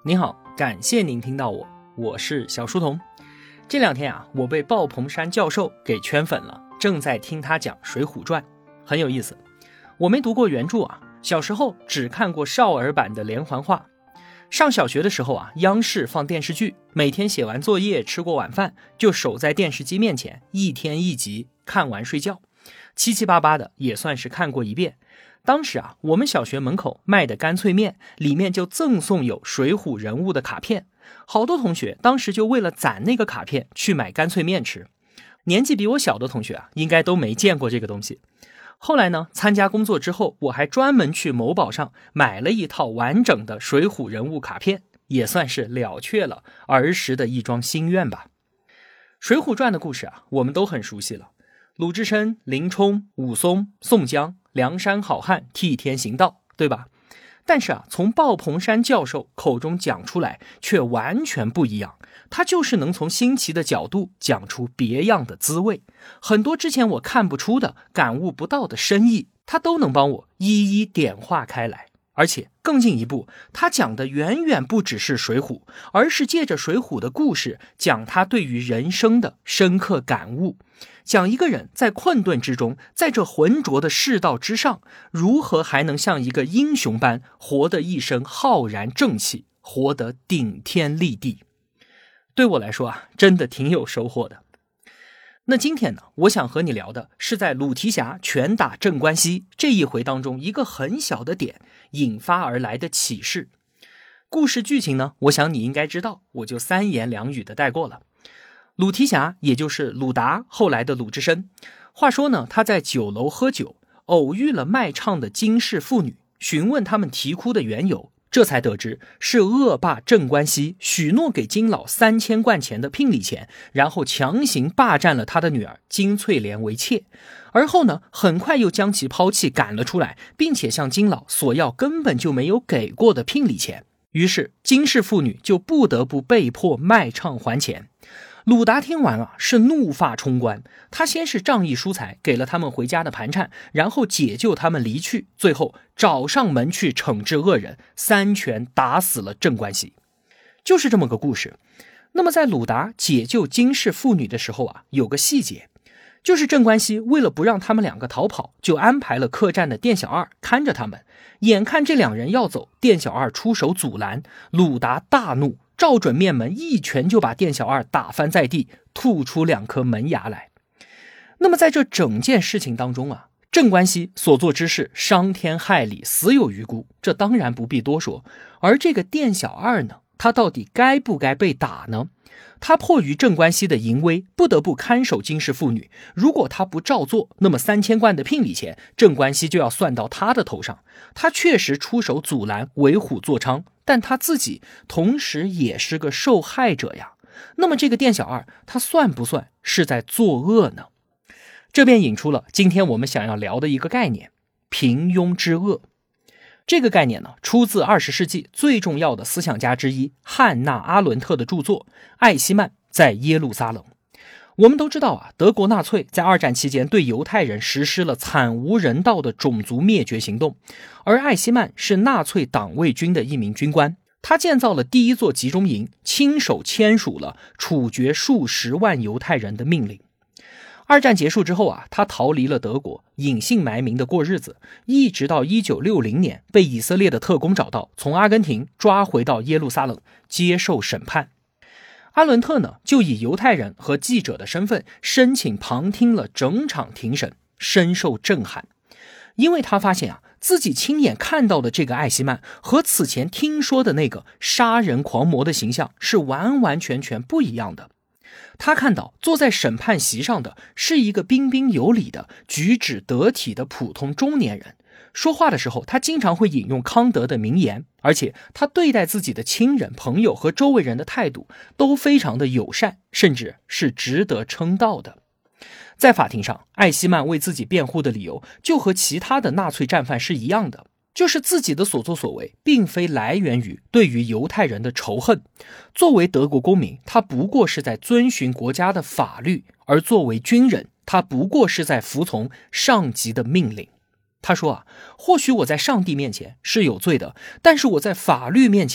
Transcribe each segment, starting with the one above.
您好，感谢您听到我是小书童。这两天我被鲍鹏山教授给圈粉了，正在听他讲《水浒传》，很有意思。我没读过原著小时候只看过少儿版的连环画。上小学的时候央视放电视剧，每天写完作业吃过晚饭就守在电视机面前，一天一集看完睡觉，七七八八的也算是看过一遍。当时我们小学门口卖的干脆面里面就赠送有水浒人物的卡片，好多同学当时就为了攒那个卡片去买干脆面吃。年纪比我小的同学应该都没见过这个东西。后来呢，参加工作之后，我还专门去某宝上买了一套完整的水浒人物卡片，也算是了却了儿时的一桩心愿吧。水浒传的故事我们都很熟悉了，鲁智深、林冲、武松、宋江，梁山好汉替天行道，对吧？但是从鲍鹏山教授口中讲出来却完全不一样，他就是能从新奇的角度讲出别样的滋味，很多之前我看不出的、感悟不到的深意，他都能帮我一一点化开来。而且更进一步，他讲的远远不只是水浒，而是借着水浒的故事讲他对于人生的深刻感悟，讲一个人在困顿之中，在这浑浊的世道之上，如何还能像一个英雄般活得一身浩然正气，活得顶天立地。对我来说真的挺有收获的。那今天呢，我想和你聊的是在鲁提辖拳打镇关西这一回当中一个很小的点引发而来的启示。故事剧情呢，我想你应该知道，我就三言两语的带过了。鲁提辖也就是鲁达后来的鲁智深，话说呢，他在酒楼喝酒，偶遇了卖唱的金氏妇女，询问他们啼哭的缘由，这才得知是恶霸镇关西许诺给金老3000贯钱的聘礼钱，然后强行霸占了他的女儿金翠莲为妾，而后呢，很快又将其抛弃赶了出来，并且向金老索要根本就没有给过的聘礼钱。于是金氏妇女就不得不被迫卖唱还钱。鲁达听完是怒发冲冠，他先是仗义疏财，给了他们回家的盘缠，然后解救他们离去，最后找上门去惩治恶人，3拳打死了镇关西。就是这么个故事。那么在鲁达解救金氏妇女的时候有个细节，就是镇关西为了不让他们两个逃跑，就安排了客栈的店小二看着他们，眼看这两人要走，店小二出手阻拦，鲁达大怒，照准面门一拳就把店小二打翻在地，吐出2颗门牙来。那么在这整件事情当中镇关西所做之事伤天害理，死有余辜，这当然不必多说。而这个店小二呢，他到底该不该被打呢？他迫于镇关西的淫威，不得不看守金氏妇女，如果他不照做，那么3000贯的聘礼钱镇关西就要算到他的头上。他确实出手阻拦，为虎作伥，但他自己同时也是个受害者呀。那么这个店小二他算不算是在作恶呢？这便引出了今天我们想要聊的一个概念，平庸之恶。这个概念呢，出自20世纪最重要的思想家之一汉娜·阿伦特的著作《艾希曼在耶路撒冷》。我们都知道德国纳粹在2战期间对犹太人实施了惨无人道的种族灭绝行动，而艾希曼是纳粹党卫军的一名军官，他建造了第一座集中营，亲手签署了处决数十万犹太人的命令。2战结束之后他逃离了德国，隐姓埋名的过日子，一直到1960年被以色列的特工找到，从阿根廷抓回到耶路撒冷接受审判。阿伦特呢，就以犹太人和记者的身份申请旁听了整场庭审，深受震撼。因为他发现自己亲眼看到的这个艾希曼和此前听说的那个杀人狂魔的形象是完完全全不一样的。他看到坐在审判席上的是一个彬彬有礼的、举止得体的普通中年人，说话的时候他经常会引用康德的名言，而且他对待自己的亲人、朋友和周围人的态度都非常的友善，甚至是值得称道的。在法庭上，艾希曼为自己辩护的理由就和其他的纳粹战犯是一样的，就是自己的所作所为并非来源于对于犹太人的仇恨。作为德国公民，他不过是在遵循国家的法律，而作为军人，他不过是在服从上级的命令。他说或许我在上帝面前是有罪的，但是我在法律面前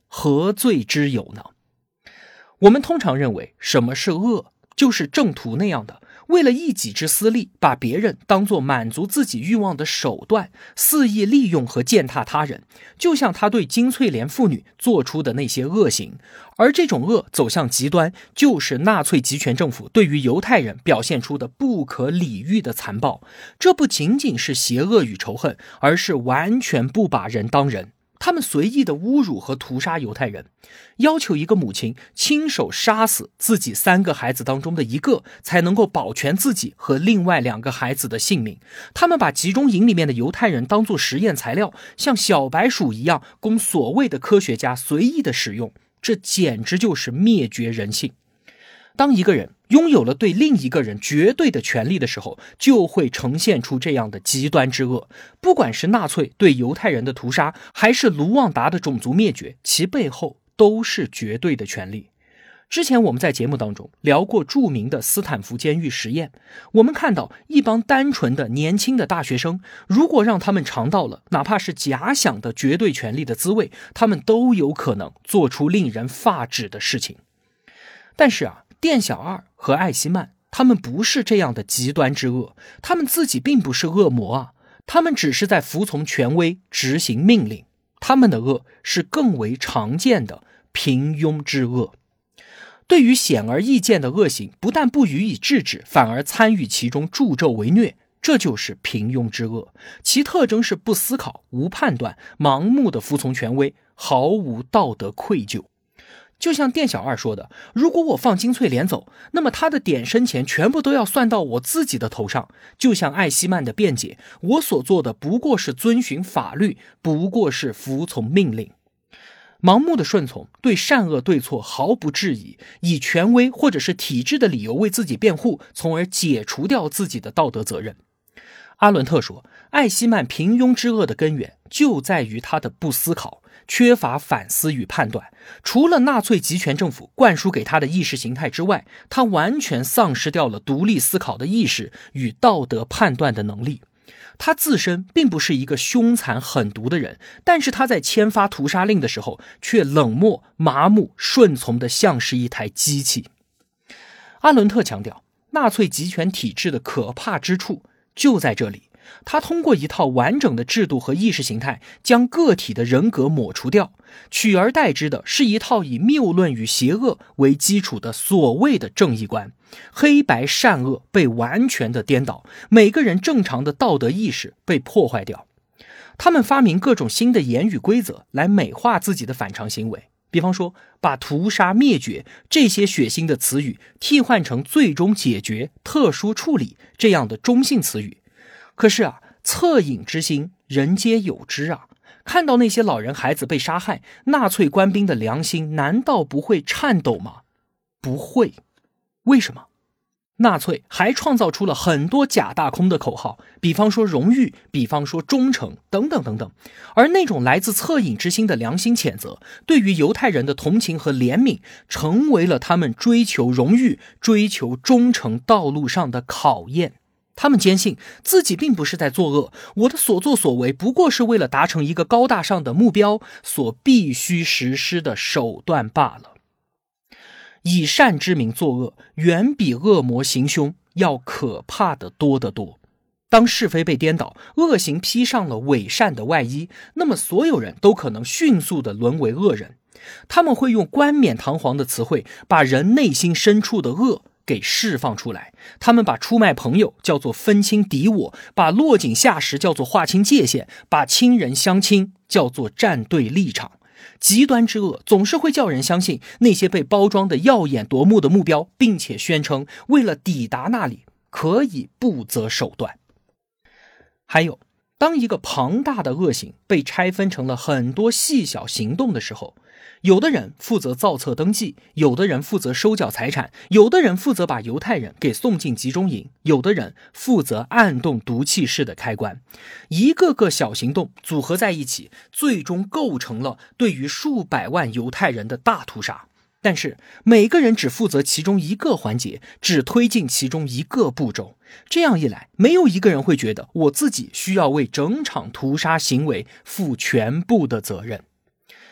何罪之有呢？我们通常认为什么是恶，就是正途那样的，为了一己之私利，把别人当作满足自己欲望的手段，肆意利用和践踏他人，就像他对金翠莲妇女做出的那些恶行。而这种恶走向极端，就是纳粹集权政府对于犹太人表现出的不可理喻的残暴。这不仅仅是邪恶与仇恨，而是完全不把人当人。他们随意的侮辱和屠杀犹太人，要求一个母亲亲手杀死自己3个孩子当中的一个，才能够保全自己和另外2个孩子的性命。他们把集中营里面的犹太人当作实验材料，像小白鼠一样供所谓的科学家随意的使用，这简直就是灭绝人性。当一个人拥有了对另一个人绝对的权利的时候，就会呈现出这样的极端之恶。不管是纳粹对犹太人的屠杀，还是卢旺达的种族灭绝，其背后都是绝对的权利。之前我们在节目当中聊过著名的斯坦福监狱实验，我们看到一帮单纯的年轻的大学生，如果让他们尝到了哪怕是假想的绝对权利的滋味，他们都有可能做出令人发指的事情。但是店小二和艾希曼他们不是这样的极端之恶，他们自己并不是恶魔他们只是在服从权威，执行命令。他们的恶是更为常见的平庸之恶。对于显而易见的恶行，不但不予以制止，反而参与其中，助纣为虐，这就是平庸之恶。其特征是不思考、无判断、盲目的服从权威，毫无道德愧疚。就像店小二说的，如果我放金翠莲走，那么他的点身钱全部都要算到我自己的头上。就像艾希曼的辩解，我所做的不过是遵循法律，不过是服从命令。盲目的顺从，对善恶对错毫不质疑，以权威或者是体制的理由为自己辩护，从而解除掉自己的道德责任。阿伦特说，艾希曼平庸之恶的根源就在于他的不思考，缺乏反思与判断。除了纳粹集权政府灌输给他的意识形态之外，他完全丧失掉了独立思考的意识与道德判断的能力。他自身并不是一个凶残狠毒的人，但是他在签发屠杀令的时候，却冷漠、麻木、顺从的像是一台机器。阿伦特强调，纳粹集权体制的可怕之处就在这里，他通过一套完整的制度和意识形态，将个体的人格抹除掉，取而代之的是一套以谬论与邪恶为基础的所谓的正义观。黑白善恶被完全的颠倒，每个人正常的道德意识被破坏掉。他们发明各种新的言语规则来美化自己的反常行为，比方说把屠杀、灭绝这些血腥的词语替换成最终解决、特殊处理这样的中性词语。可是恻隐之心人皆有之看到那些老人孩子被杀害，纳粹官兵的良心难道不会颤抖吗？不会。为什么？纳粹还创造出了很多假大空的口号，比方说荣誉，比方说忠诚，等等等等。而那种来自恻隐之心的良心谴责，对于犹太人的同情和怜悯，成为了他们追求荣誉、追求忠诚道路上的考验。他们坚信自己并不是在作恶，我的所作所为不过是为了达成一个高大上的目标所必须实施的手段罢了。以善之名作恶，远比恶魔行凶要可怕的多得多。当是非被颠倒，恶行披上了伪善的外衣，那么所有人都可能迅速地沦为恶人。他们会用冠冕堂皇的词汇，把人内心深处的恶给释放出来。他们把出卖朋友叫做分清敌我，把落井下石叫做划清界限，把亲人相亲叫做站对立场。极端之恶总是会叫人相信那些被包装的耀眼夺目的目标，并且宣称为了抵达那里可以不择手段。还有，当一个庞大的恶行被拆分成了很多细小行动的时候，有的人负责造册登记，有的人负责收缴财产，有的人负责把犹太人给送进集中营，有的人负责按动毒气室的开关。一个个小行动组合在一起，最终构成了对于数百万犹太人的大屠杀。但是每个人只负责其中一个环节，只推进其中一个步骤。这样一来，没有一个人会觉得我自己需要为整场屠杀行为负全部的责任。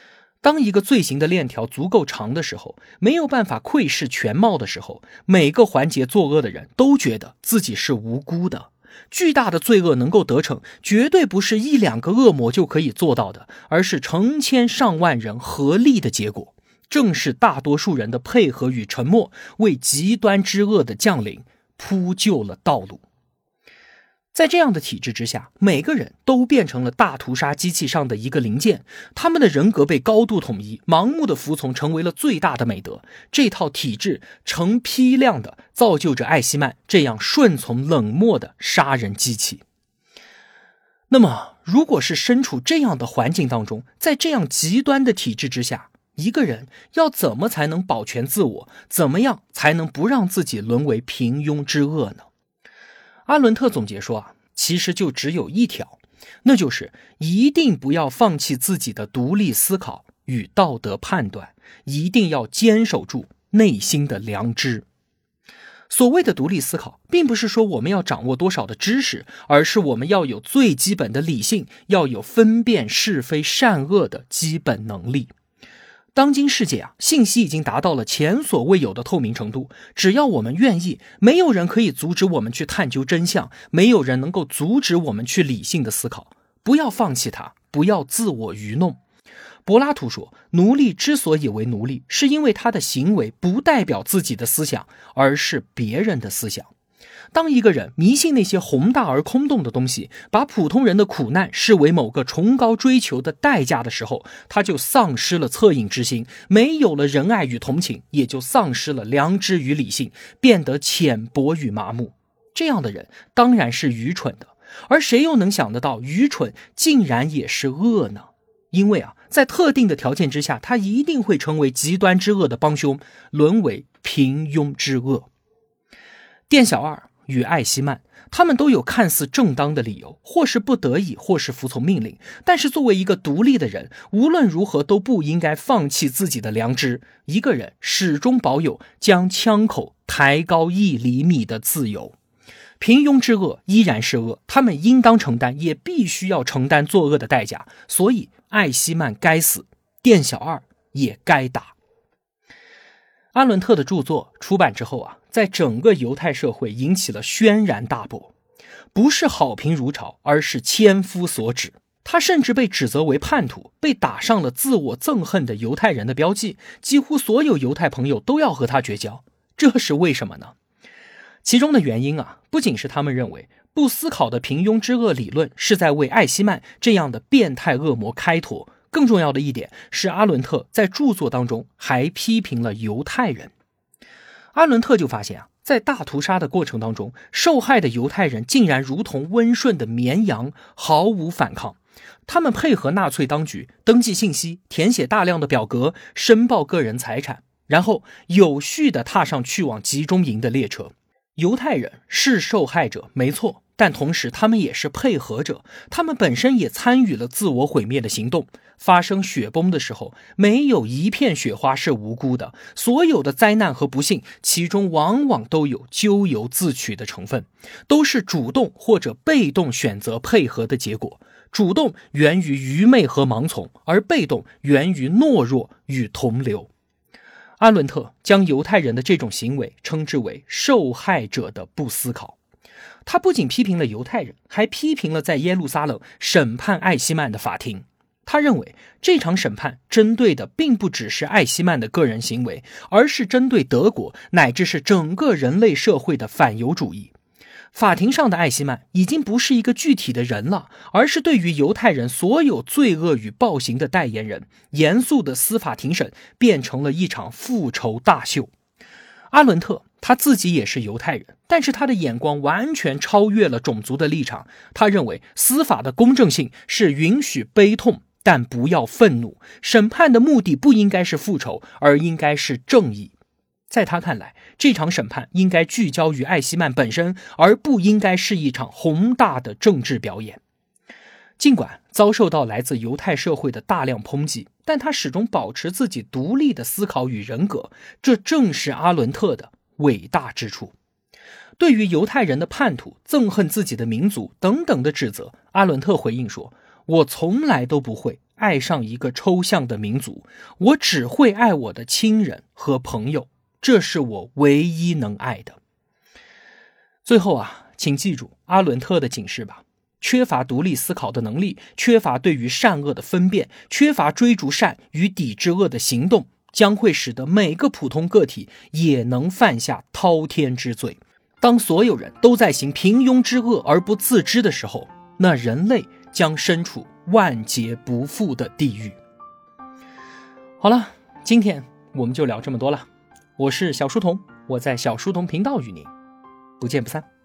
当一个罪行的链条足够长的时候，没有办法窥视全貌的时候，每个环节作恶的人都觉得自己是无辜的。巨大的罪恶能够得逞，绝对不是一两个恶魔就可以做到的，而是成千上万人合力的结果。正是大多数人的配合与沉默，为极端之恶的降临铺就了道路。在这样的体制之下，每个人都变成了大屠杀机器上的一个零件，他们的人格被高度统一，盲目的服从成为了最大的美德。这套体制成批量的造就着艾希曼这样顺从冷漠的杀人机器。那么，如果是身处这样的环境当中，在这样极端的体制之下，一个人要怎么才能保全自我？怎么样才能不让自己沦为平庸之恶呢？阿伦特总结说其实就只有一条，那就是一定不要放弃自己的独立思考与道德判断，一定要坚守住内心的良知。所谓的独立思考，并不是说我们要掌握多少的知识，而是我们要有最基本的理性，要有分辨是非善恶的基本能力。当今世界信息已经达到了前所未有的透明程度，只要我们愿意，没有人可以阻止我们去探究真相，没有人能够阻止我们去理性的思考。不要放弃它，不要自我愚弄。柏拉图说，奴隶之所以为奴隶，是因为他的行为不代表自己的思想，而是别人的思想。当一个人迷信那些宏大而空洞的东西，把普通人的苦难视为某个崇高追求的代价的时候，他就丧失了恻隐之心，没有了仁爱与同情，也就丧失了良知与理性，变得浅薄与麻木。这样的人当然是愚蠢的，而谁又能想得到愚蠢竟然也是恶呢？因为在特定的条件之下，他一定会成为极端之恶的帮凶，沦为平庸之恶。店小二与艾希曼，他们都有看似正当的理由，或是不得已，或是服从命令，但是作为一个独立的人，无论如何都不应该放弃自己的良知。一个人始终保有将枪口抬高1厘米的自由。平庸之恶依然是恶，他们应当承担，也必须要承担作恶的代价。所以艾希曼该死，店小二也该打。阿伦特的著作出版之后在整个犹太社会引起了轩然大波，不是好评如潮，而是千夫所指。他甚至被指责为叛徒，被打上了自我憎恨的犹太人的标记，几乎所有犹太朋友都要和他绝交。这是为什么呢？其中的原因不仅是他们认为不思考的平庸之恶理论是在为艾希曼这样的变态恶魔开脱，更重要的一点是阿伦特在著作当中还批评了犹太人。阿伦特就发现在大屠杀的过程当中，受害的犹太人竟然如同温顺的绵羊，毫无反抗。他们配合纳粹当局登记信息，填写大量的表格，申报个人财产，然后有序地踏上去往集中营的列车。犹太人是受害者没错，但同时他们也是配合者，他们本身也参与了自我毁灭的行动。发生雪崩的时候，没有一片雪花是无辜的，所有的灾难和不幸其中往往都有咎由自取的成分，都是主动或者被动选择配合的结果。主动源于愚昧和盲从，而被动源于懦弱与同流。阿伦特将犹太人的这种行为称之为受害者的不思考。他不仅批评了犹太人，还批评了在耶路撒冷审判艾希曼的法庭。他认为这场审判针对的并不只是艾希曼的个人行为，而是针对德国乃至是整个人类社会的反犹主义。法庭上的艾希曼已经不是一个具体的人了，而是对于犹太人所有罪恶与暴行的代言人。严肃的司法庭审变成了一场复仇大秀。阿伦特他自己也是犹太人，但是他的眼光完全超越了种族的立场。他认为司法的公正性是允许悲痛，但不要愤怒。审判的目的不应该是复仇，而应该是正义。在他看来，这场审判应该聚焦于艾希曼本身，而不应该是一场宏大的政治表演。尽管遭受到来自犹太社会的大量抨击，但他始终保持自己独立的思考与人格，这正是阿伦特的伟大之处。对于犹太人的叛徒、憎恨自己的民族等等的指责，阿伦特回应说，我从来都不会爱上一个抽象的民族，我只会爱我的亲人和朋友，这是我唯一能爱的。最后啊，请记住阿伦特的警示吧，缺乏独立思考的能力，缺乏对于善恶的分辨，缺乏追逐善与抵制恶的行动，将会使得每个普通个体也能犯下滔天之罪。当所有人都在行平庸之恶而不自知的时候，那人类将身处万劫不复的地狱。好了，今天我们就聊这么多了。我是小书童，我在小书童频道与您不见不散。